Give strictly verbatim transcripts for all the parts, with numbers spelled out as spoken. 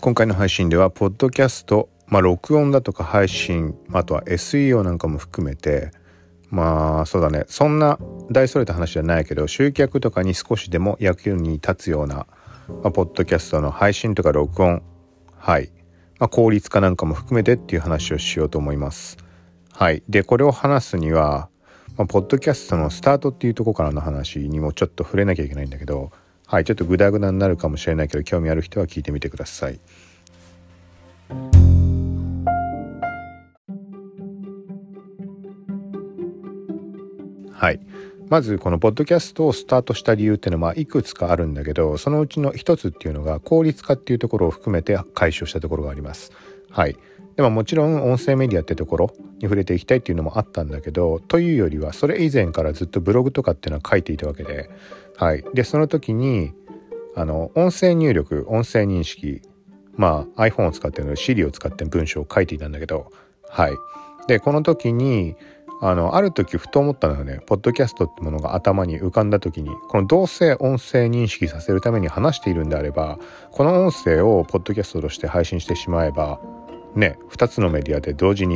今回の配信ではポッドキャスト、まあ、録音だとか配信、あとは エスイーオー なんかも含めて、まあそうだね、そんな大それた話じゃないけど、集客とかに少しでも役に立つような、まあ、ポッドキャストの配信とか録音、はい、まあ、効率化なんかも含めてっていう話をしようと思います。はい。でこれを話すには、まあ、ポッドキャストのスタートっていうところからの話にもちょっと触れなきゃいけないんだけど、はい、ちょっとグダグダになるかもしれないけど、興味ある人は聞いてみてください。はい、まずこのポッドキャストをスタートした理由っていうのは、まあ、いくつかあるんだけど、そのうちの一つっていうのが効率化っていうところを含めて解消したところがあります。はい。でももちろん音声メディアってところに触れていきたいっていうのもあったんだけど、というよりはそれ以前からずっとブログとかっていうのは書いていたわけで、はい。でその時にあの音声入力、音声認識、まあ iPhone を使ってるので Siri を使って文章を書いていたんだけど、はい。でこの時にあのある時ふと思ったのよね。ポッドキャストってものが頭に浮かんだ時に、このどうせ音声認識させるために話しているんであれば、この音声をポッドキャストとして配信してしまえばね、ふたつのメディアで同時に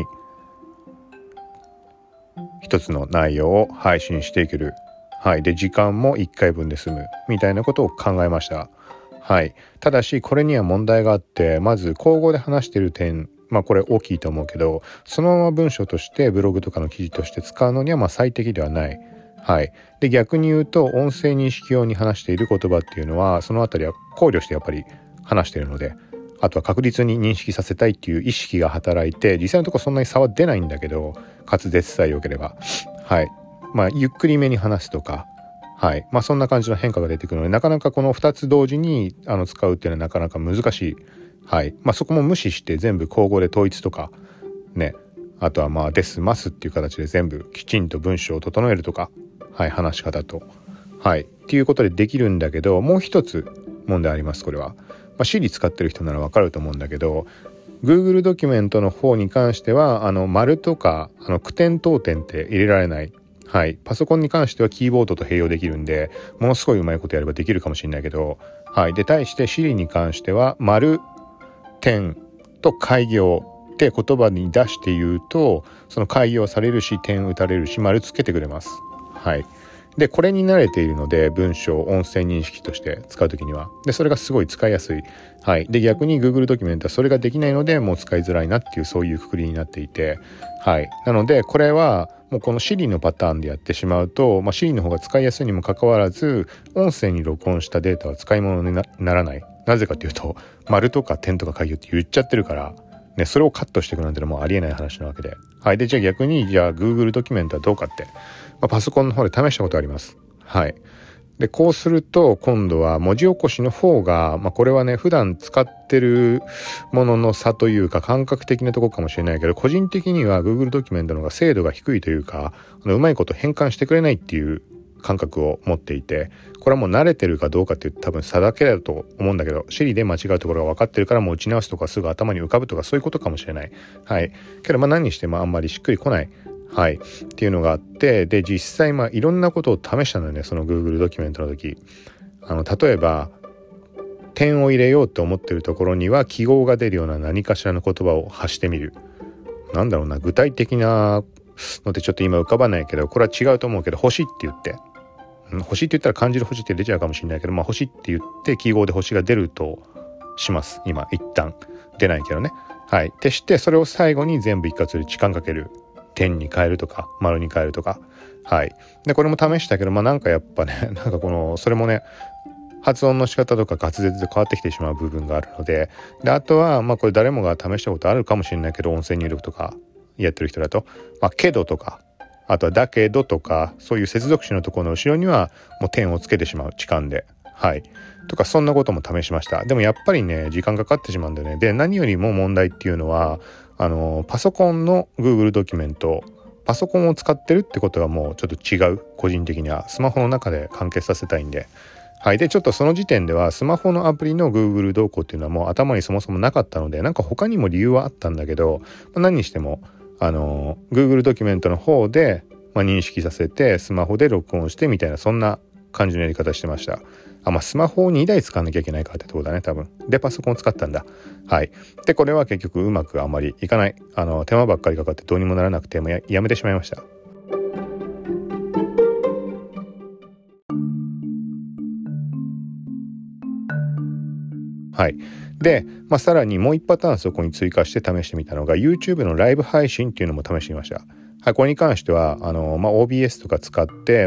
ひとつの内容を配信していける。はい。で時間もいっかいぶんで済むみたいなことを考えました。はい。ただしこれには問題があって、まず口語で話している点、まあこれ大きいと思うけど、そのまま文章としてブログとかの記事として使うのにはまあ最適ではない。はい。で逆に言うと、音声認識用に話している言葉っていうのはそのあたりは考慮してやっぱり話しているので、あとは確実に認識させたいっていう意識が働いて、実際のところそんなに差は出ないんだけど、滑舌さえ良ければ、はい。まあゆっくりめに話すとか、はい。まあそんな感じの変化が出てくるので、なかなかこのふたつ同時にあの使うっていうのはなかなか難しい。はい。まあそこも無視して全部口語で統一とかね、あとはまあですますっていう形で全部きちんと文章を整えるとか、はい、話し方と、はいっていうことでできるんだけど、もう一つ問題あります。これは、まあ、Siri 使ってる人ならわかると思うんだけど、 Google ドキュメントの方に関してはあの丸とかあの句点当点って入れられない。はい。パソコンに関してはキーボードと併用できるんで、ものすごいうまいことやればできるかもしれないけど、はい。で対して Siri に関しては丸、点と開業って言葉に出して言うと、その開業されるし、点打たれるし、丸つけてくれます。はい。でこれに慣れているので、文章音声認識として使うときにはでそれがすごい使いやすい。はい。で逆に Google ドキュメントはそれができないので、もう使いづらいなっていう、そういうくくりになっていて、はい。なのでこれはもうこの Siri のパターンでやってしまうと、まあ、Siri の方が使いやすいにもかかわらず、音声に録音したデータは使い物に な, ならない。なぜかというと、丸とか点とか開業って言っちゃってるからね、それをカットしていくなんてのはもうありえない話なわけで、はい。でじゃあ逆に、じゃあ Google ドキュメントはどうかって、まあ、パソコンの方で試したことあります。はい。でこうすると今度は文字起こしの方が、まあ、これはね普段使ってるものの差というか感覚的なところかもしれないけど、個人的には Google ドキュメントの方が精度が低いというか、あのうまいこと変換してくれないっていう感覚を持っていて、これはもう慣れてるかどうかっていう多分差だけだと思うんだけど、Siri で間違うところが分かってるからもう打ち直すとかすぐ頭に浮かぶとか、そういうことかもしれない。はい。けどまあ何にしてもあんまりしっくりこない。はい。っていうのがあって、で実際まあいろんなことを試したのよね、その Google ドキュメントの時。あの例えば点を入れようと思ってるところには記号が出るような何かしらの言葉を発してみる。なんだろうな、具体的なのってちょっと今浮かばないけど、これは違うと思うけど、星って言って、星って言ったら漢字で星って出ちゃうかもしれないけど、まあ星って言って記号で星が出るとします。今一旦出ないけどね。はい。でしてそれを最後に全部一括で時間かける。点に変えるとか丸に変えるとか、はい。でこれも試したけど、まあなんかやっぱね、なんかこのそれもね、発音の仕方とか滑舌で変わってきてしまう部分があるので、であとはまあこれ誰もが試したことあるかもしれないけど、音声入力とかやってる人だと、まあけどとか、あとはだけどとか、そういう接続詞のところの後ろにはもう点をつけてしまう、置換で、はいとか、そんなことも試しました。でもやっぱりね時間かかってしまうんだよね。で何よりも問題っていうのは、あのパソコンの Google ドキュメント、パソコンを使ってるってことはもうちょっと違う。個人的にはスマホの中で完結させたいんで、はい。でちょっとその時点ではスマホのアプリの Google 動向っていうのはもう頭にそもそもなかったので、なんか他にも理由はあったんだけど、まあ、何にしてもあの Google ドキュメントの方で、まあ、認識させてスマホで録音してみたいな、そんな感じのやり方してました。 あ、まあ、スマホをにだい使わなきゃいけないかってとこだね、多分。で、パソコンを使ったんだ。はい。で、これは結局うまくあまりいかない。あの、手間ばっかりかかってどうにもならなくて、もう や, やめてしまいました。はい。で、まあ、さらにもう一パターンそこに追加して試してみたのが YouTube のライブ配信っていうのも試してみました。はい、これに関してはあの、まあ、オービーエス とか使って、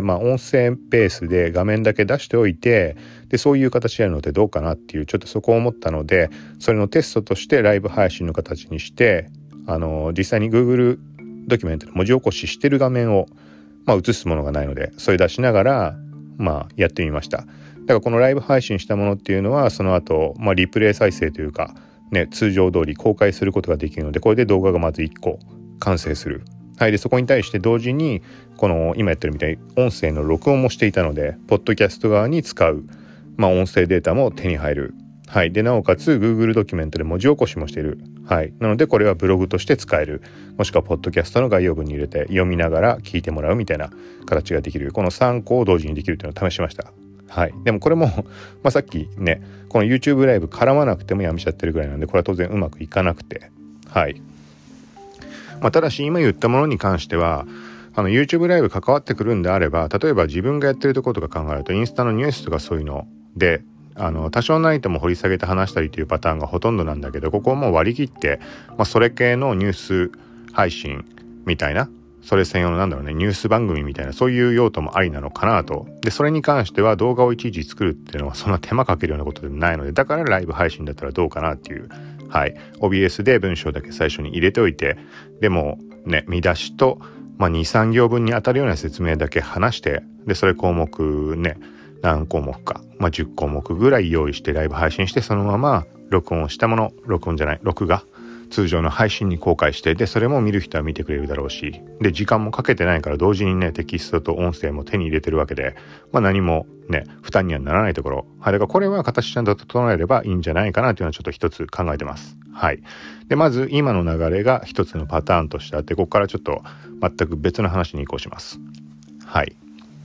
まあ、音声ベースで画面だけ出しておいて、でそういう形でやるのってどうかなっていうちょっとそこを思ったので、それのテストとしてライブ配信の形にして、あの実際に Google ドキュメントで文字起こししてる画面を、まあ、映すものがないのでそれ出しながら、まあ、やってみました。だからこのライブ配信したものっていうのはその後、まあ、リプレイ再生というか、ね、通常通り公開することができるので、これで動画がまずいっこ完成する。はい、でそこに対して同時にこの今やってるみたいに音声の録音もしていたので、ポッドキャスト側に使う、まあ、音声データも手に入る。はい、でなおかつ Google ドキュメントで文字起こしもしている。はい、なのでこれはブログとして使える、もしくはポッドキャストの概要文に入れて読みながら聞いてもらうみたいな形ができる、このさんこを同時にできるというのを試しました。はい、でもこれも、まあ、さっきねこの YouTube ライブ絡まなくてもやめちゃってるぐらいなんで、これは当然うまくいかなくて、はい、まあ、ただし今言ったものに関してはあの YouTube ライブ関わってくるんであれば、例えば自分がやってるところとか考えるとインスタのニュースとかそういうのであの多少ないとも掘り下げて話したりというパターンがほとんどなんだけど、ここをもう割り切って、まあ、それ系のニュース配信みたいな、それ専用のなんだろうねニュース番組みたいなそういう用途もありなのかなと。でそれに関しては動画をいちいち作るっていうのはそんな手間かけるようなことでもないので、だからライブ配信だったらどうかなっていう。はい、オービーエス で文章だけ最初に入れておいて、でもね見出しと、まあ、にさん行分に当たるような説明だけ話して、でそれ項目ね何項目か、まあ、じゅっこうもくぐらい用意してライブ配信して、そのまま録音したもの録音じゃない録画通常の配信に公開して、でそれも見る人は見てくれるだろうし、で時間もかけてないから同時にねテキストと音声も手に入れてるわけで、まあ、何もね負担にはならないところ、はい、だからこれは形ちゃんと整えればいいんじゃないかなというのはちょっと一つ考えてます。はい、でまず今の流れが一つのパターンとしてあって、ここからちょっと全く別の話に移行します。はい。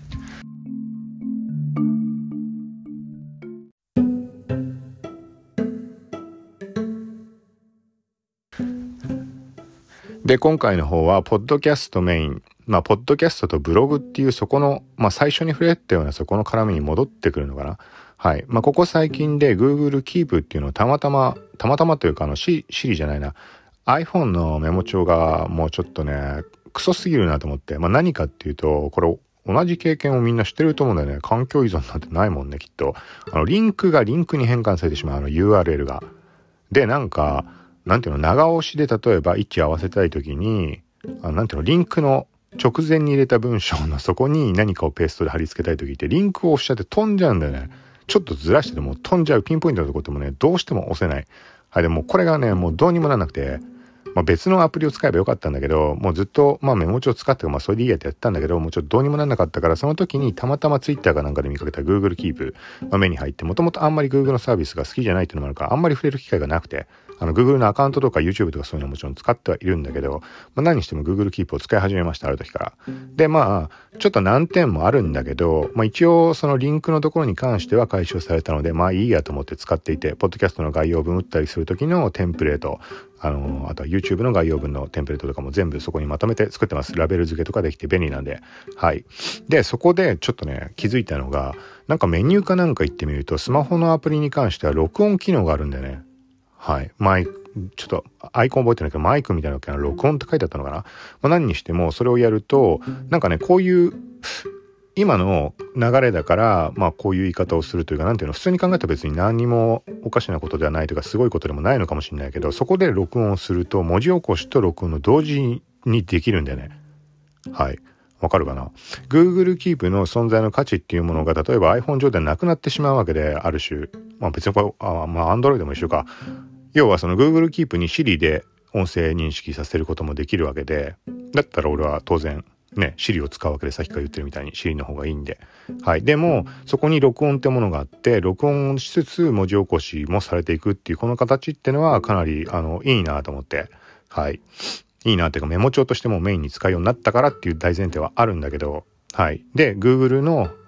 で今回の方はポッドキャストメイン、まあポッドキャストとブログっていうそこの、まあ、最初に触れたようなそこの絡みに戻ってくるのかな。はい、まあ、ここ最近で Google Keep っていうのをたまたまたまたまというかあの Siri じゃないな iPhone のメモ帳がもうちょっとねクソすぎるなと思って、まあ、何かっていうと、これ同じ経験をみんな知ってると思うんだよね。環境依存なんてないもんねきっと。あのリンクがリンクに変換されてしまう、あの ユーアールエル が。でなんかなんていうの長押しで例えば位置合わせたいときに、あなんていうのリンクの直前に入れた文章のそこに何かをペーストで貼り付けたいときってリンクを押しちゃって飛んじゃうんだよね。ちょっとずらしてでも飛んじゃう、ピンポイントのところでもねどうしても押せない。はい、でもこれがねもうどうにもならなくて、まあ、別のアプリを使えばよかったんだけど、もうずっとまあメモ帳を使ってまあそれでいいやってやったんだけど、もうちょっとどうにもならなかったから、その時にたまたま Twitter かなんかで見かけた Google Keep、まあ、目に入って、もともとあんまり Google のサービスが好きじゃないっていうのもあるからあんまり触れる機会がなくて、あの Google のアカウントとか YouTube とかそういうのはもちろん使ってはいるんだけど、まあ、何にしても Google Keep を使い始めました、ある時から。でまあちょっと難点もあるんだけど、まあ、一応そのリンクのところに関しては解消されたのでまあいいやと思って使っていて、ポッドキャストの概要文打ったりする時のテンプレート、あのあとは YouTube の概要文のテンプレートとかも全部そこにまとめて作ってます。ラベル付けとかできて便利なんで。はい。でそこでちょっとね気づいたのが、なんかメニューかなんか行ってみるとスマホのアプリに関しては録音機能があるんだよね。はい。マイクちょっとアイコン覚えてないけどマイクみたいなのが録音って書いてあったのかな、まあ、何にしてもそれをやるとなんかねこういう今の流れだからまあこういう言い方をするというか、なんていうの、普通に考えたら別に何にもおかしなことではないというかすごいことでもないのかもしれないけど、そこで録音をすると文字起こしと録音の同時にできるんだよね。はい、わかるかな。 Google Keep の存在の価値っていうものが例えば iPhone 上でなくなってしまうわけで、ある種まあ別にこれあまあ Android でも一緒か。要はその Google Keep に Siri で音声認識させることもできるわけで、だったら俺は当然ね Siri を使うわけで、さっきから言ってるみたいに Siri の方がいいんで、はい。でもそこに録音ってものがあって、録音しつつ文字起こしもされていくっていうこの形ってのはかなりあのいいなと思って、はい、いいなっていうかメモ帳としてもメインに使うようになったからっていう大前提はあるんだけど、はい。で Google の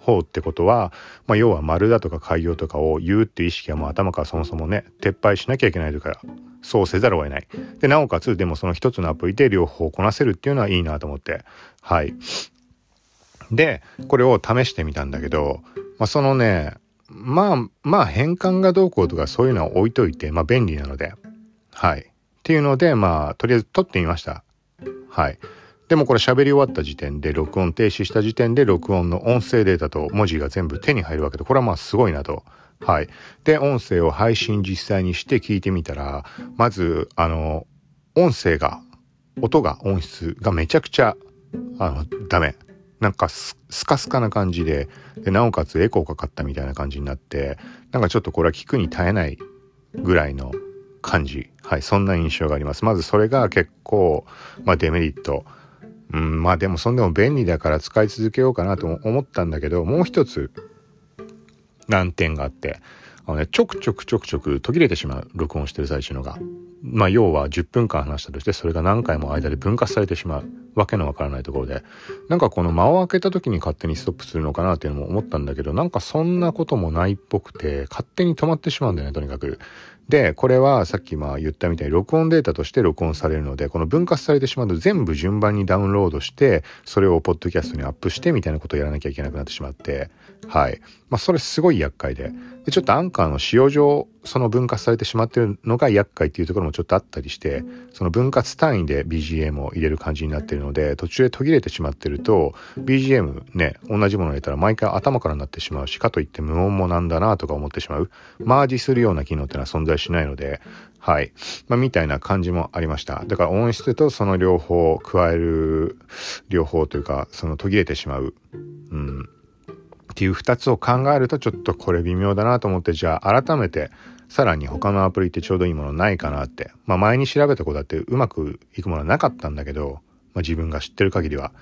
方ってことは、まあ、要は丸だとか開業とかを言うっていう意識はもう頭からそもそもね撤廃しなきゃいけないとか、そうせざるを得ない。でなおかつでもその一つのアプリで両方こなせるっていうのはいいなと思って、はい。でこれを試してみたんだけど、まあ、そのねまあまあ変換がどうこうとかそういうのは置いといて、まあ便利なので、はいっていうので、まあとりあえず撮ってみました。はい。でもこれ喋り終わった時点で、録音停止した時点で録音の音声データと文字が全部手に入るわけで、これはまあすごいなと。はい。で音声を配信実際にして聞いてみたら、まずあの音声が音が音質がめちゃくちゃあのダメ。なんかスカスカな感じで、でなおかつエコーかかったみたいな感じになって、なんかちょっとこれは聞くに耐えないぐらいの感じ、はい、そんな印象があります。まずそれが結構、まあ、デメリット。うん、まあでもそんでも便利だから使い続けようかなと思ったんだけど、もう一つ難点があって、あのね、ちょくちょくちょくちょく途切れてしまう、録音してる最中のが。まあ要はじゅっぷんかん話したとして、それが何回も間で分割されてしまうわけのわからないところで、なんかこの間を空けた時に勝手にストップするのかなっていうのも思ったんだけど、なんかそんなこともないっぽくて、勝手に止まってしまうんだよね、とにかく。でこれはさっきまあ言ったみたいに録音データとして録音されるので、この分割されてしまうと全部順番にダウンロードして、それをポッドキャストにアップしてみたいなことをやらなきゃいけなくなってしまって、はい。まあそれすごい厄介で、でちょっとアンカーの使用上その分割されてしまってるのが厄介っていうところもちょっとあったりして、その分割単位で ビージーエム を入れる感じになってるので、途中で途切れてしまってると ビージーエム ね、同じものを入れたら毎回頭からなってしまうし、かといって無音もなんだなとか思ってしまう、マージするような機能ってのは存在しないので、はい、まあ、みたいな感じもありました。だから音質とその両方を加える、両方というかその途切れてしまう、うんっていうふたつを考えるとちょっとこれ微妙だなと思って、じゃあ改めてさらに他のアプリってちょうどいいものないかなって、まあ前に調べたことだってうまくいくものはなかったんだけど、まあ、自分が知ってる限りは。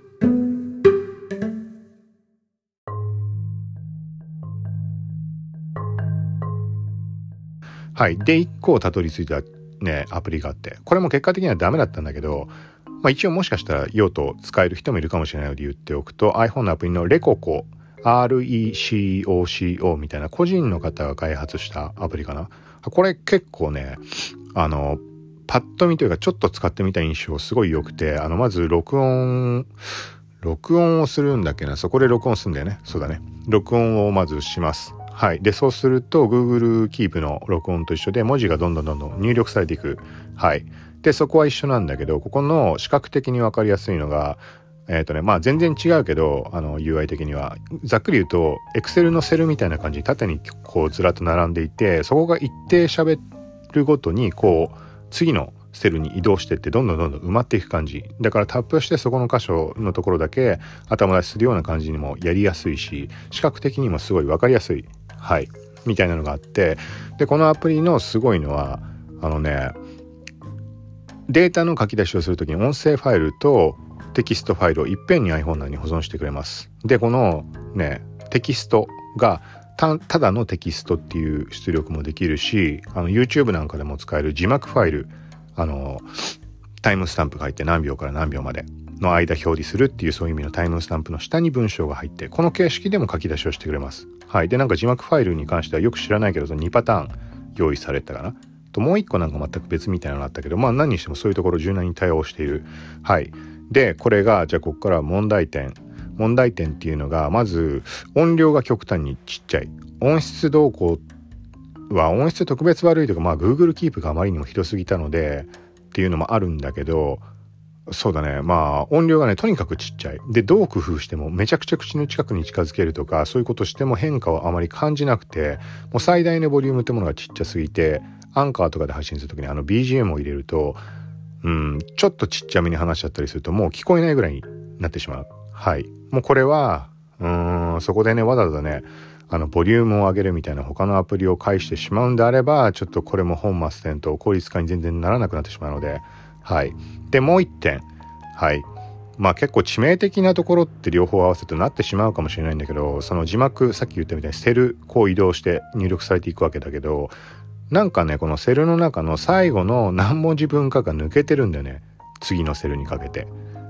はい。でいっこたどり着いたねアプリがあって、これも結果的にはダメだったんだけど、まあ一応もしかしたら用途使える人もいるかもしれないので言っておくと、 iPhone のアプリのレココアールイーシーオーシーオー みたいな個人の方が開発したアプリかな。これ結構ね、あのパッと見というかちょっと使ってみた印象すごい良くて、あのまず録音録音をするんだっけな、そこで録音するんだよね。そうだね、録音をまずします。はい。でそうすると Google Keep の録音と一緒で文字がどんどんどんどん入力されていく。はい。でそこは一緒なんだけど、ここの視覚的に分かりやすいのが、えっとね、まあ全然違うけど、あの ユーアイ 的にはざっくり言うと Excel のセルみたいな感じに縦にこうずらっと並んでいて、そこが一定喋るごとにこう次のセルに移動してってどんどんどんどん埋まっていく感じだから、タップしてそこの箇所のところだけ頭出しするような感じにもやりやすいし、視覚的にもすごい分かりやすい、はいみたいなのがあって、でこのアプリのすごいのはあのね、データの書き出しをするときに音声ファイルとテキストファイルをいっぺんに iPhone 内に保存してくれます。でこのねテキストが た, ただのテキストっていう出力もできるし、あの YouTube なんかでも使える字幕ファイル、あのタイムスタンプが入って何秒から何秒までの間表示するっていう、そういう意味のタイムスタンプの下に文章が入って、この形式でも書き出しをしてくれます。はい。でなんか字幕ファイルに関してはよく知らないけど、そのにパターン用意されたかなと、もういっこなんか全く別みたいなのがあったけど、まあ何にしてもそういうところ柔軟に対応している。はい。でこれがじゃあここから問題点問題点っていうのが、まず音量が極端にちっちゃい。音質動向は音質特別悪いというか、まあ Google Keep があまりにもひどすぎたのでっていうのもあるんだけど、そうだね、まあ音量がねとにかくちっちゃい。でどう工夫してもめちゃくちゃ口の近くに近づけるとかそういうことしても変化をあまり感じなくて、もう最大のボリュームってものがちっちゃすぎて、アンカーとかで配信するときにあの ビージーエム を入れると、うん、ちょっとちっちゃめに話しちゃったりするともう聞こえないぐらいになってしまう。はい。もうこれはうーんそこでねわざわざねあのボリュームを上げるみたいな他のアプリを介してしまうんであれば、ちょっとこれも本末転倒、効率化に全然ならなくなってしまうので、はい。でもう一点、はい。まあ結構致命的なところって両方合わせるとなってしまうかもしれないんだけど、その字幕さっき言ったみたいにセルこう移動して入力されていくわけだけど、なんかねこのセルの中の最後の何文字分かが抜けてるんだよね、次のセルにかけて。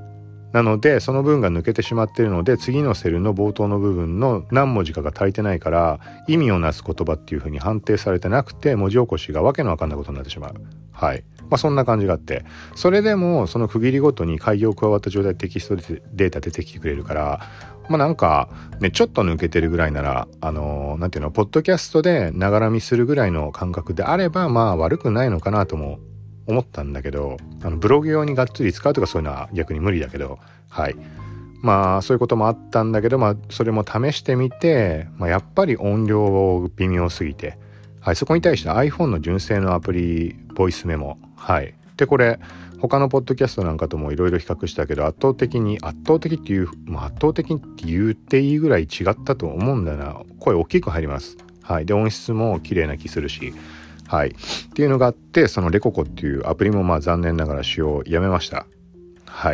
なのでその分が抜けてしまっているので、次のセルの冒頭の部分の何文字かが足りてないから意味をなす言葉っていう風に判定されてなくて、文字起こしがわけのわかんないことになってしまう。はい。まあそんな感じがあって、それでもその区切りごとに開業加わった状態でテキストデータ出てきてくれるから、まあなんかね、ちょっと抜けてるぐらいなら、あのー、なんていうの、ポッドキャストでながら見するぐらいの感覚であれば、まあ悪くないのかなとも思ったんだけど、あのブログ用にがっつり使うとかそういうのは逆に無理だけど、はい。まあそういうこともあったんだけど、まあそれも試してみて、まあ、やっぱり音量微妙すぎて、はい、そこに対して iPhone の純正のアプリボイスメモ、はい。でこれ他のポッドキャストなんかともいろいろ比較したけど、圧倒的に圧倒的っていう、まあ、圧倒的って言っていいぐらい違ったと思うんだよな。声大きく入ります。はい。で音質も綺麗な気するし。はい。っていうのがあって、そのレココっていうアプリもまあ残念ながら使用をやめました。はい。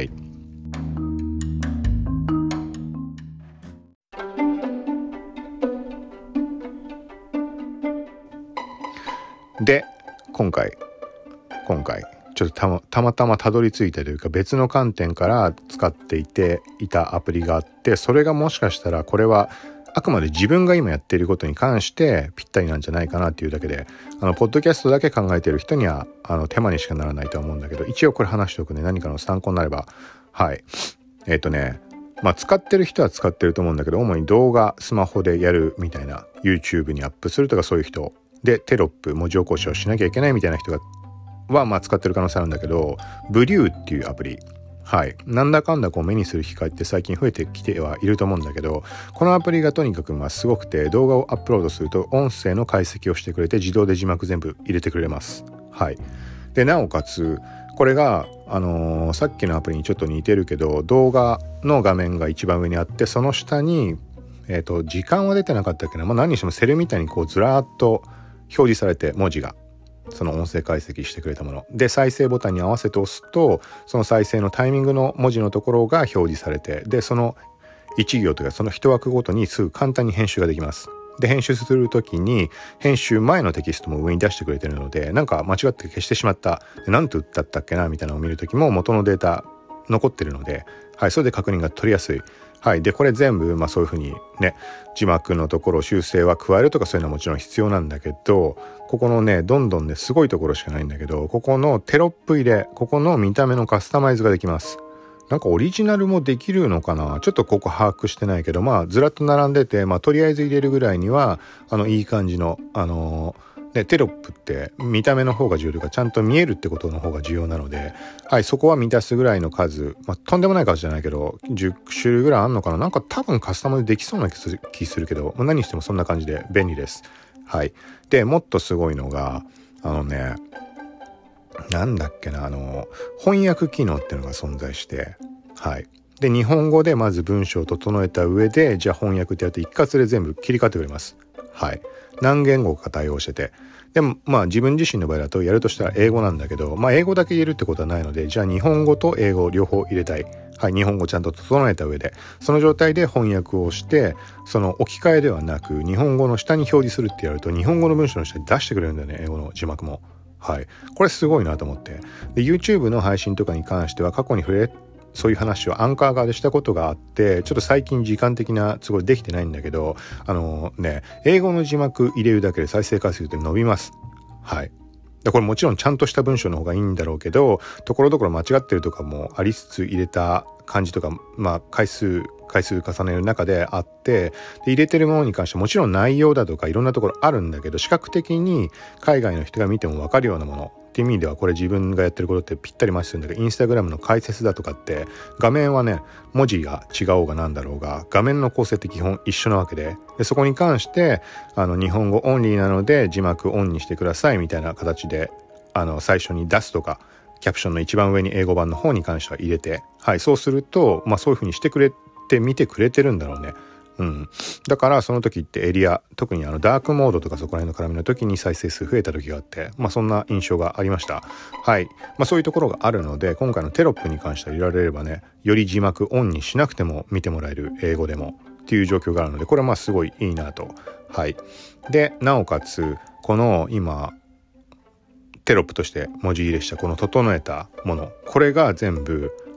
で、今回、今回、ちょっとたまたまたまたどり着いたというか、別の観点から使っていていたアプリがあって、それがもしかしたらこれはあくまで自分が今やっていることに関してぴったりなんじゃないかなっていうだけで、あのポッドキャストだけ考えている人にはあの手間にしかならないとは思うんだけど、一応これ話しておくね。何かの参考になれば。はい。えっとね、まあ使ってる人は使ってると思うんだけど、主に動画スマホでやるみたいな、 YouTube にアップするとかそういう人でテロップ文字起こしをしなきゃいけないみたいな人がはまあ使ってる可能性あるんだけど、ブリューっていうアプリ、はい、なんだかんだこう目にする機会って最近増えてきてはいると思うんだけど、このアプリがとにかくまあすごくて、動画をアップロードすると音声の解析をしてくれて自動で字幕全部入れてくれます。はい。でなおかつこれが、あのー、さっきのアプリにちょっと似てるけど、動画の画面が一番上にあって、その下にえっと時間は出てなかったっけな、まあ、何にしてもセルみたいにこうずらーっと表示されて、文字がその音声解析してくれたもので、再生ボタンに合わせて押すと、その再生のタイミングの文字のところが表示されて、でそのいち行というかその一枠ごとにすぐ簡単に編集ができます。で編集するときに編集前のテキストも上に出してくれてるので、なんか間違って消してしまった、何と打ったったっけなみたいなのを見るときも元のデータ残ってるので、はい、それで確認が取りやすい。はい。で、これ全部、まあそういうふうにね、字幕のところ修正は加えるとかそういうのはもちろん必要なんだけど、ここのね、どんどんね、すごいところしかないんだけど、ここのテロップ入れ、ここの見た目のカスタマイズができます。なんかオリジナルもできるのかな、ちょっとここ把握してないけど、まあずらっと並んでて、まあとりあえず入れるぐらいには、あの、いい感じの、あのー、でテロップって見た目の方が重要というか、ちゃんと見えるってことの方が重要なので、はい、そこは満たすぐらいの数、まあ、とんでもない数じゃないけどじゅっ種類ぐらいあんのかな、なんか多分カスタマイズできそうな気するけど、まあ、何にしてもそんな感じで便利です。はい。でもっとすごいのが、あのね、なんだっけな、あの翻訳機能っていうのが存在して、はい。で日本語でまず文章を整えた上で、じゃあ翻訳ってやると一括で全部切り替えてくれます。はい。何言語か対応してて、でもまあ自分自身の場合だとやるとしたら英語なんだけど、まあ英語だけ言えるってことはないので、じゃあ日本語と英語両方入れたい。はい、日本語ちゃんと整えた上で、その状態で翻訳をして、その置き換えではなく日本語の下に表示するってやると、日本語の文章の下に出してくれるんだよね、英語の字幕も。はい。これすごいなと思って。で、YouTube の配信とかに関しては過去に触れそういう話をアンカー側でしたことがあって、ちょっと最近時間的な都合できてないんだけど、あのね、英語の字幕入れるだけで再生回数って伸びます。はい。でこれもちろんちゃんとした文章の方がいいんだろうけど、ところどころ間違ってるとかもありつつ、入れた感じとか、まあ回数回数重ねる中であって、で入れてるものに関してはもちろん内容だとかいろんなところあるんだけど、視覚的に海外の人が見ても分かるようなものっていう意味では、これ自分がやってることってぴったりマッチするんだけど、インスタグラムの解説だとかって画面はね、文字が違おうがなんだろうが画面の構成って基本一緒なわけで、でそこに関してあの日本語オンリーなので字幕オンにしてくださいみたいな形で、あの最初に出すとか、キャプションの一番上に英語版の方に関しては入れて、はい、そうするとまあそういう風にしてくれて見てくれてるんだろうね。うん、だからその時ってエリア、特にあのダークモードとかそこら辺の絡みの時に再生数増えた時があって、まあそんな印象がありました。はい、まあそういうところがあるので、今回のテロップに関しては入れられればね、より字幕オンにしなくても見てもらえる、英語でもっていう状況があるので、これはまあすごいいいなと。はい。でなおかつこの今テロップとして文字入れしたこの整えたもの、これが全部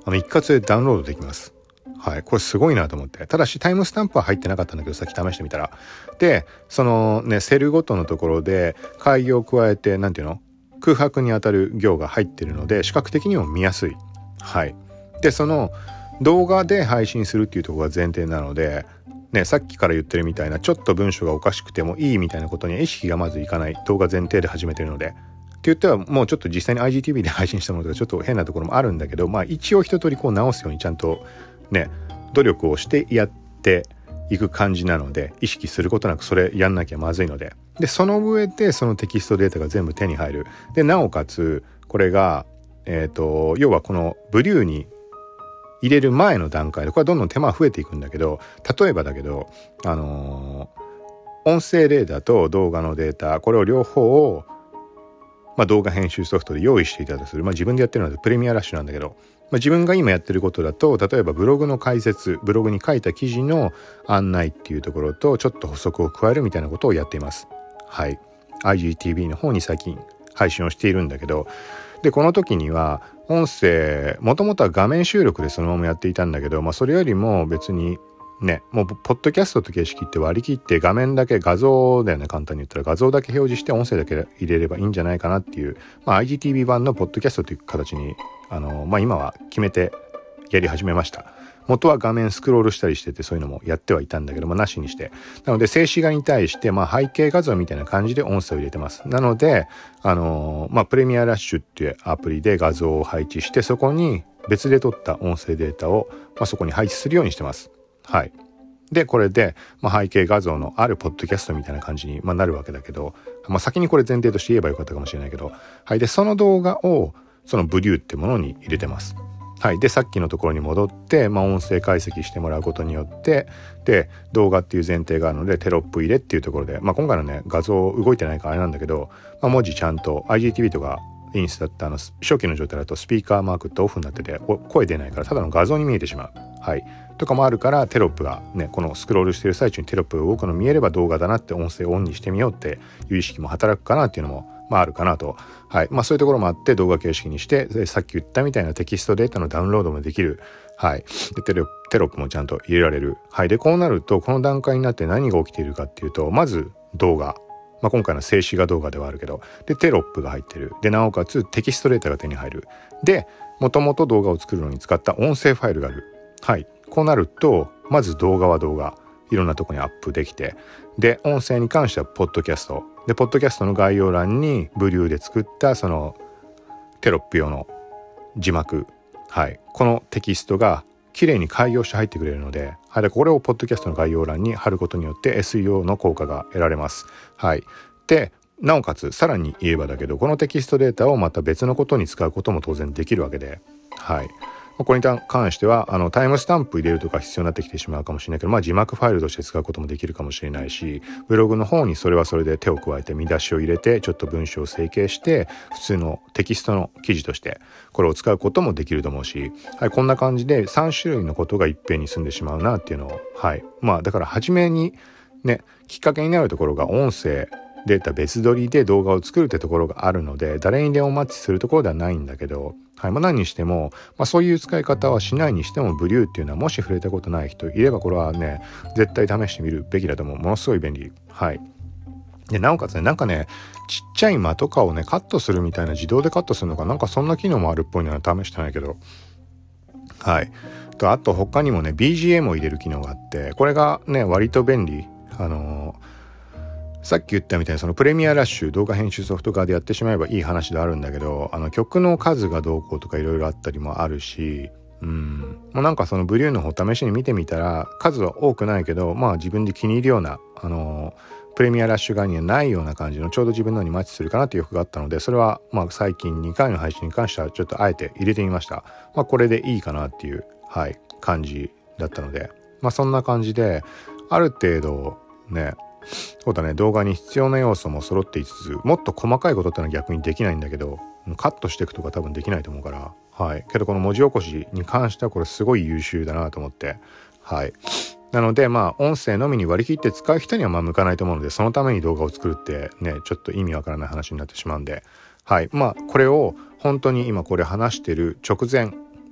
あの一括でダウンロードできます。はい、これすごいなと思って。ただしタイムスタンプは入ってなかったんだけど、さっき試してみたら、でそのねセルごとのところで開業を加えて、なんていうの、空白にあたる行が入ってるので視覚的にも見やすい。はい。でその動画で配信するっていうところが前提なのでね、さっきから言ってるみたいなちょっと文章がおかしくてもいいみたいなことには意識がまずいかない動画前提で始めてるので、って言ってはもうちょっと実際に アイジーティービー で配信したものとかちょっと変なところもあるんだけど、まあ一応一通りこう直すようにちゃんとね努力をしてやっていく感じなので、意識することなくそれやんなきゃまずいので、でその上でそのテキストデータが全部手に入る。でなおかつこれがえっと要はこのブリューに入れる前の段階でこれはどんどん手間が増えていくんだけど、例えばだけどあのー、音声データと動画のデータ、これを両方を、まあ、動画編集ソフトで用意していたとする。まあ自分でやってるのでプレミアラッシュなんだけど、まあ、自分が今やってることだと、例えばブログの解説、ブログに書いた記事の案内っていうところとちょっと補足を加えるみたいなことをやっています。はい。アイジーティービー の方に最近配信をしているんだけど、でこの時には音声もともとは画面収録でそのままやっていたんだけど、まあそれよりも別にね、もうポッドキャストと形式って割り切って画面だけ、画像だよね、簡単に言ったら画像だけ表示して音声だけ入れればいいんじゃないかなっていう、まあ アイジーティービー 版のポッドキャストという形にあのまあ今は決めてやり始めました。元は画面スクロールしたりしててそういうのもやってはいたんだけども、なしにして、なので静止画に対してまあ背景画像みたいな感じで音声を入れてます。なのであのまあプレミアラッシュっていうアプリで画像を配置して、そこに別で撮った音声データを、まあ、そこに配置するようにしてます。はい。でこれで、まあ、背景画像のあるポッドキャストみたいな感じに、まあ、なるわけだけど、まあ、先にこれ前提として言えばよかったかもしれないけど、はい。でその動画をそのブリューってものに入れてます。はい。でさっきのところに戻って、まあ、音声解析してもらうことによって、で動画っていう前提があるのでテロップ入れっていうところで、まあ、今回のね画像動いてないからあれなんだけど、まあ、文字ちゃんと アイジーティービー とかインスタってあの初期の状態だとスピーカーマークってオフになってて声出ないからただの画像に見えてしまう。はい。とかもあるから、テロップがね、このスクロールしてる最中にテロップが動くの見えれば動画だなって音声をオンにしてみようっていう意識も働くかなっていうのもまああるかなと。はい。まあそういうところもあって動画形式にして、さっき言ったみたいなテキストデータのダウンロードもできる。はい。でテロ、テロップもちゃんと入れられる。はい。でこうなるとこの段階になって何が起きているかっていうと、まず動画。まあ、今回の静止画動画ではあるけど、でテロップが入ってる。でなおかつテキストデータが手に入る。でもともと動画を作るのに使った音声ファイルがある。はい。こうなるとまず動画は動画、いろんなとこにアップできて、で音声に関してはポッドキャストで、ポッドキャストの概要欄にブリューで作ったそのテロップ用の字幕、はい、このテキストが綺麗に改行して入ってくれるので、はい、でこれをポッドキャストの概要欄に貼ることによって エスイーオー の効果が得られます。はい。でなおかつさらに言えばだけど、このテキストデータをまた別のことに使うことも当然できるわけで、はい。これに関してはあのタイムスタンプ入れるとか必要になってきてしまうかもしれないけど、まあ字幕ファイルとして使うこともできるかもしれないし、ブログの方にそれはそれで手を加えて見出しを入れてちょっと文章を整形して普通のテキストの記事としてこれを使うこともできると思うし、はい、こんな感じでさん種類のことがいっぺんに済んでしまうなっていうのを、はい。まあだから初めにねきっかけになるところが音声データ別撮りで動画を作るってところがあるので、誰にでもマッチするところではないんだけど、はい、まあ、何にしても、まあ、そういう使い方はしないにしてもブリューっていうのはもし触れたことない人いればこれはね絶対試してみるべきだと思う。ものすごい便利。はい。でなおかつね、なんかねちっちゃい間とかをねカットするみたいな、自動でカットするのかなんかそんな機能もあるっぽいのは試してないけど、はい。とあと他にもね ビージーエム を入れる機能があって、これがね割と便利。あのーさっき言ったみたいにそのプレミアラッシュ動画編集ソフト側でやってしまえばいい話であるんだけど、あの曲の数がどうこうとかいろいろあったりもあるし、うんもうなんかそのブリューの方試しに見てみたら数は多くないけど、まあ自分で気に入るようなあのプレミアラッシュ側にはないような感じのちょうど自分のにマッチするかなっていう欲があったので、それはまあ最近にかいの配信に関してはちょっとあえて入れてみました。まあこれでいいかなっていう、はい、感じだったので、まあそんな感じである程度ね、そうだね、動画に必要な要素も揃っていつつ、もっと細かいことってのは逆にできないんだけど、カットしていくとか多分できないと思うから、はい。けどこの文字起こしに関してはこれすごい優秀だなと思って、はい。なのでまあ音声のみに割り切って使う人にはまあ向かないと思うので、そのために動画を作るってねちょっと意味わからない話になってしまうんで、はい。まあこれを本当に今これ話してる直前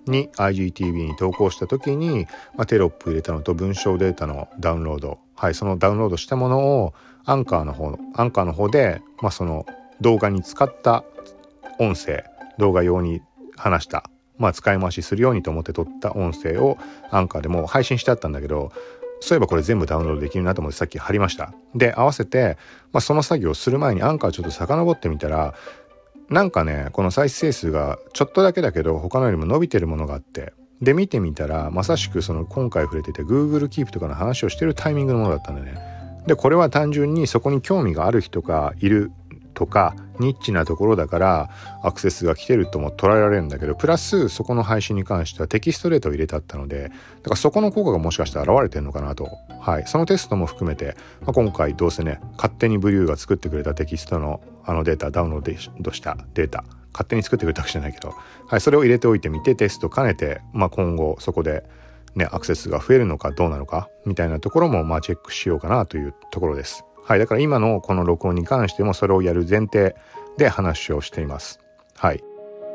に アイジーティービー に投稿した時に、まあ、テロップ入れたのと文章データのダウンロード、はい、そのダウンロードしたものをアンカーの方のアンカーの方で、まあ、その動画に使った音声、動画用に話した、まあ、使い回しするようにと思って撮った音声をアンカーでもう配信してあったんだけど、そういえばこれ全部ダウンロードできるなと思ってさっき貼りました。で合わせて、まあ、その作業をする前にアンカーちょっと遡ってみたら、なんかねこの再生数がちょっとだけだけど他のよりも伸びてるものがあって、で見てみたらまさしくその今回触れてて Google Keep とかの話をしてるタイミングのものだったんだよね。でこれは単純にそこに興味がある人がいるとかニッチなところだからアクセスが来てるとも捉えられるんだけど、プラスそこの配信に関してはテキストデータを入れてあったので、だからそこの効果がもしかしたら現れてるのかなと、はい、そのテストも含めて、まあ、今回どうせね勝手にブリューが作ってくれたテキストのあのデータ、ダウンロードしたデータ、勝手に作ってくれたわけじゃないけど、はい、それを入れておいてみてテスト兼ねて、まあ、今後そこでねアクセスが増えるのかどうなのかみたいなところもまあチェックしようかなというところです。はい、だから今のこの録音に関してもそれをやる前提で話をしています。はい。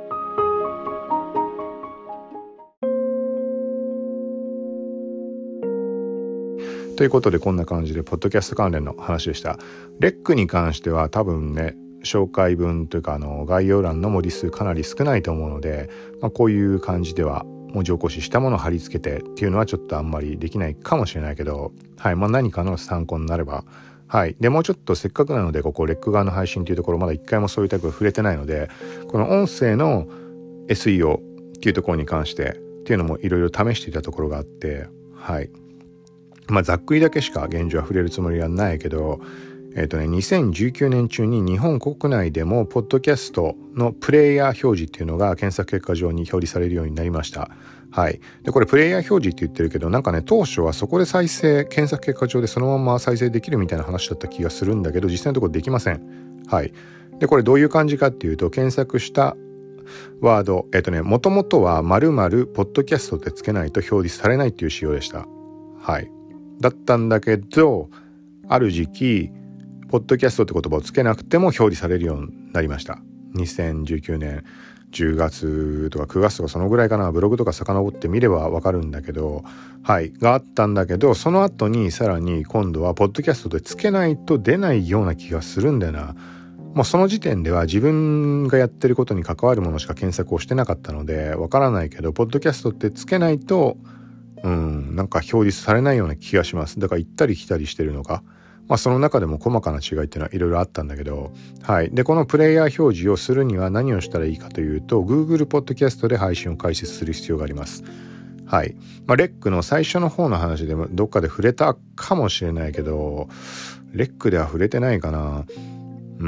ということでこんな感じでポッドキャスト関連の話でした。レックに関しては多分ね紹介文というかあの概要欄の文字数かなり少ないと思うので、まあ、こういう感じでは文字起こししたものを貼り付けてっていうのはちょっとあんまりできないかもしれないけど、はい、まあ、何かの参考になれば。はい。で、もうちょっとせっかくなので、ここ、レック側の配信というところ、まだ一回もそういうタイプが触れてないので、この音声の エスイーオー っていうところに関してっていうのもいろいろ試していたところがあって、はい。まあ、ざっくりだけしか現状は触れるつもりはないけど、えっとね、にせんじゅうきゅうねん中に日本国内でも、ポッドキャストのプレイヤー表示っていうのが検索結果上に表示されるようになりました。はい。で、これプレイヤー表示って言ってるけど、なんかね、当初はそこで再生、検索結果上でそのまま再生できるみたいな話だった気がするんだけど、実際のところできません。はい。で、これどういう感じかっていうと、検索したワード、えっとね、もともとは〇〇ポッドキャストってつけないと表示されないっていう仕様でした。はい。だったんだけど、ある時期、ポッドキャストって言葉をつけなくても表示されるようになりました。にせんじゅうきゅうねんじゅうがつとかくがつとかそのぐらいかな、ブログとか遡ってみればわかるんだけど、はいがあったんだけど、その後にさらに今度はポッドキャストでつけないと出ないような気がするんだよな。もうその時点では自分がやってることに関わるものしか検索をしてなかったのでわからないけど、ポッドキャストってつけないとうんなんか表示されないような気がします。だから行ったり来たりしてるのか。まあ、その中でも細かな違いっていうのはいろいろあったんだけど、はい。で、このプレイヤー表示をするには何をしたらいいかというと、Google Podcast で配信を開設する必要があります。はい。まあ、レックの最初の方の話でもどっかで触れたかもしれないけど、レックでは触れてないかな。うん。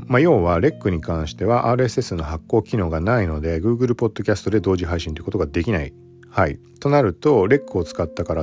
まあ、要はレックに関しては アールエスエス の発行機能がないので、Google Podcast で同時配信ということができない。はい。となると、レックを使ったからって、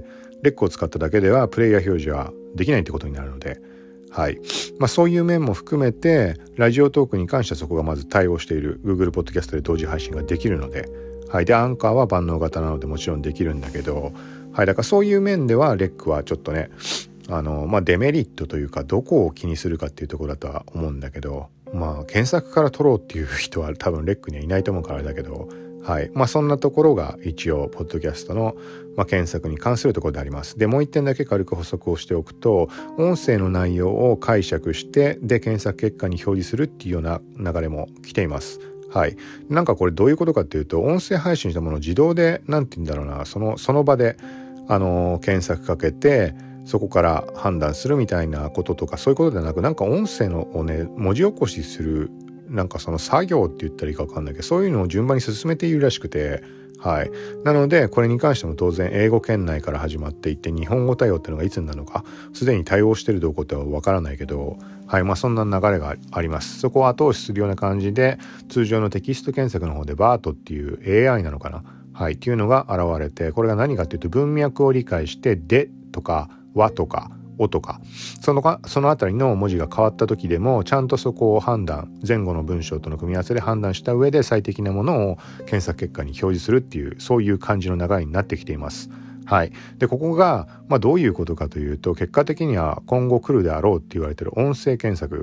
レックを使っただけではプレイヤー表示はできないってことになるので、はい。まあそういう面も含めて、ラジオトークに関してはそこがまず対応している Google Podcast で同時配信ができるので、はい。で、アンカーは万能型なのでもちろんできるんだけど、はい。だからそういう面ではレックはちょっとね、あの、まあデメリットというか、どこを気にするかっていうところだとは思うんだけど、まあ検索から取ろうっていう人は多分レックにはいないと思うからあれだけど、はい。まあそんなところが一応ポッドキャストの、まあ、検索に関するところであります。で、もう一点だけ軽く補足をしておくと、音声の内容を解釈してで検索結果に表示するっていうような流れも来ています。はい。なんかこれどういうことかっていうと、音声配信したものを自動でなんて言うんだろうな、そのその場であの検索かけてそこから判断するみたいなこととかそういうことではなく、なんか音声のをね文字起こしするなんかその作業って言ったらいいか分かんないけど、そういうのを順番に進めているらしくて、はい。なのでこれに関しても当然英語圏内から始まっていって日本語対応っていうのがいつになるのか、すでに対応してるどうこうっては分からないけど、はい。まあそんな流れがあります。そこを後押しするような感じで、通常のテキスト検索の方でバートっていう エーアイ なのかな、はい、っていうのが現れて、これが何かっていうと文脈を理解してでとかわとかおとかそのかそのあたりの文字が変わった時でもちゃんとそこを判断、前後の文章との組み合わせで判断した上で最適なものを検索結果に表示するっていう、そういう感じの流れになってきています。はい。でここが、まあ、どういうことかというと、結果的には今後来るであろうって言われている音声検索、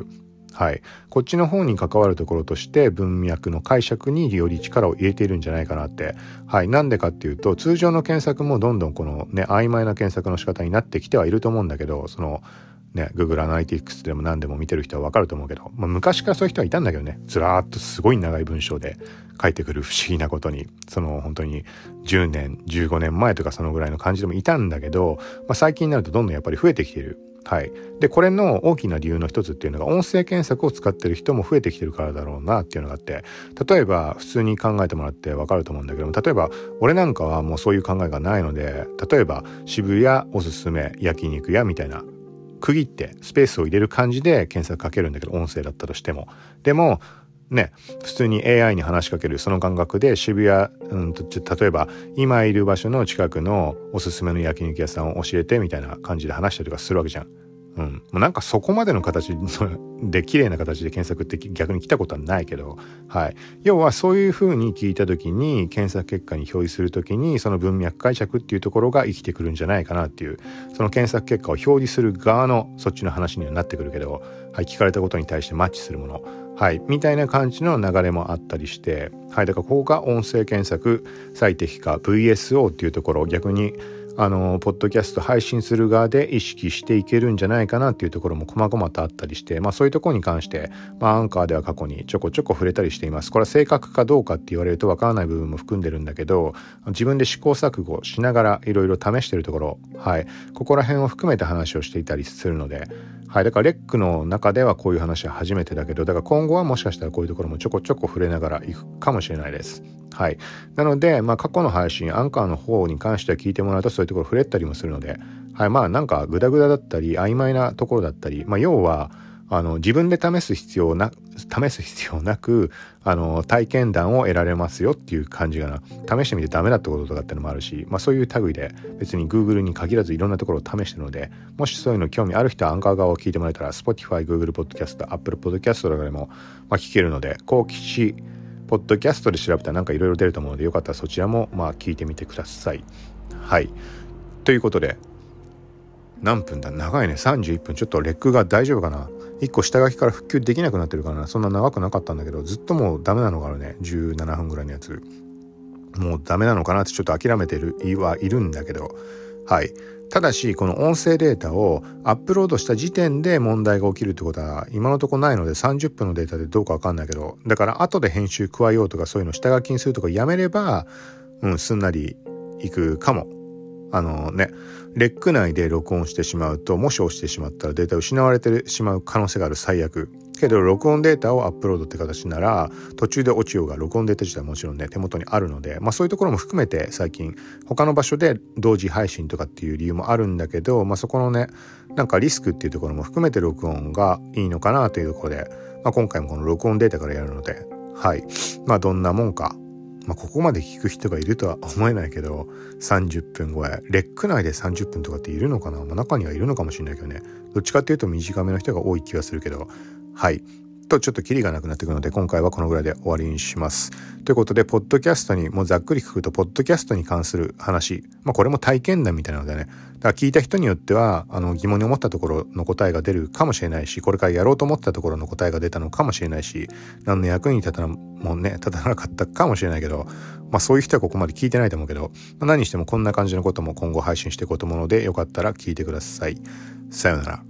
はい、こっちの方に関わるところとして文脈の解釈により力を入れているんじゃないかなって。はい、なんでかっていうと、通常の検索もどんどんこのね曖昧な検索の仕方になってきてはいると思うんだけど、そのね Google アナリティクスでも何でも見てる人は分かると思うけど、まあ、昔からそういう人はいたんだけどね、ずらーっとすごい長い文章で書いてくる、不思議なことにその本当にじゅうねんじゅうごねんまえとかそのぐらいの感じでもいたんだけど、まあ、最近になるとどんどんやっぱり増えてきている。はい、でこれの大きな理由の一つっていうのが、音声検索を使ってる人も増えてきてるからだろうなっていうのがあって、例えば普通に考えてもらって分かると思うんだけども、例えば俺なんかはもうそういう考えがないので、例えば渋谷おすすめ焼肉屋みたいな区切ってスペースを入れる感じで検索かけるんだけど、音声だったとしても。でもね、普通に エーアイ に話しかけるその感覚で渋谷、うんと、例えば今いる場所の近くのおすすめの焼肉屋さんを教えてみたいな感じで話したりとかするわけじゃん。うん、もうなんかそこまでの形で綺麗な形で検索って逆に来たことはないけど、はい、要はそういう風に聞いた時に検索結果に表示する時にその文脈解釈っていうところが生きてくるんじゃないかなっていう、その検索結果を表示する側のそっちの話にはなってくるけど、はい、聞かれたことに対してマッチするもの、はい、みたいな感じの流れもあったりして、はい、だからここが音声検索最適化 ブイエスオー っていうところを逆にあのポッドキャスト配信する側で意識していけるんじゃないかなっていうところも細々とあったりして、まあそういうところに関して、まあアンカーでは過去にちょこちょこ触れたりしています。これは正確かどうかって言われるとわからない部分も含んでるんだけど、自分で試行錯誤しながらいろいろ試してるところ、はい、ここら辺を含めて話をしていたりするので、はい、だからレックの中ではこういう話は初めてだけど、だから今後はもしかしたらこういうところもちょこちょこ触れながらいくかもしれないです。はい、なので、まあ、過去の配信アンカーの方に関しては聞いてもらうとそういうところ触れたりもするので、はい、まあなんかグダグダだったり曖昧なところだったり、まあ、要はあの自分で試す必要な試す必要なくあの体験談を得られますよっていう感じがな。試してみてダメだったこととかってのもあるし、まあ、そういう類で別に Google に限らずいろんなところを試してるので、もしそういうの興味ある人はアンカー側を聞いてもらえたら Spotify、Google Podcast、Apple Podcast とかでも、まあ、聞けるので、こうきポッドキャストで調べたらなんかいろいろ出ると思うので、よかったらそちらもまあ聞いてみてください。はい、ということで何分だ、長いね、さんじゅういっぷん。ちょっとレックが大丈夫かな。いっこ下書きから復旧できなくなってるからな。そんな長くなかったんだけど、ずっともうダメなのがあるね。じゅうななふんぐらいのやつもうダメなのかなってちょっと諦めてるはいるんだけど、はい、ただしこの音声データをアップロードした時点で問題が起きるってことは今のところないので、さんじゅっぷんのデータでどうか分かんないけど、だから後で編集加えようとかそういうの下書きにするとかやめれば、うん、すんなりいくかも。あのね、レック内で録音してしまうと、もし押してしまったらデータ失われてしまう可能性がある。最悪けど録音データをアップロードって形なら途中で落ちようが録音データ自体はもちろんね手元にあるので、まあそういうところも含めて最近他の場所で同時配信とかっていう理由もあるんだけど、まあそこのねなんかリスクっていうところも含めて録音がいいのかなというところで、まあ、今回もこの録音データからやるので、はい、まあどんなもんか、まあ、ここまで聞く人がいるとは思えないけど、さんじゅっぷん超え、レック内でさんじゅっぷんとかっているのかな、まあ、中にはいるのかもしれないけどね、どっちかっていうと短めの人が多い気がするけど、はいとちょっとキリがなくなってくるので今回はこのぐらいで終わりにします。ということでポッドキャストにもうざっくり聞くと、ポッドキャストに関する話、まあこれも体験談みたいなのでね、だから聞いた人によってはあの疑問に思ったところの答えが出るかもしれないし、これからやろうと思ったところの答えが出たのかもしれないし、何の役に立たなもうね立たなかったかもしれないけど、まあそういう人はここまで聞いてないと思うけど、まあ、何にしてもこんな感じのことも今後配信していこうと思うので、よかったら聞いてください。さようなら。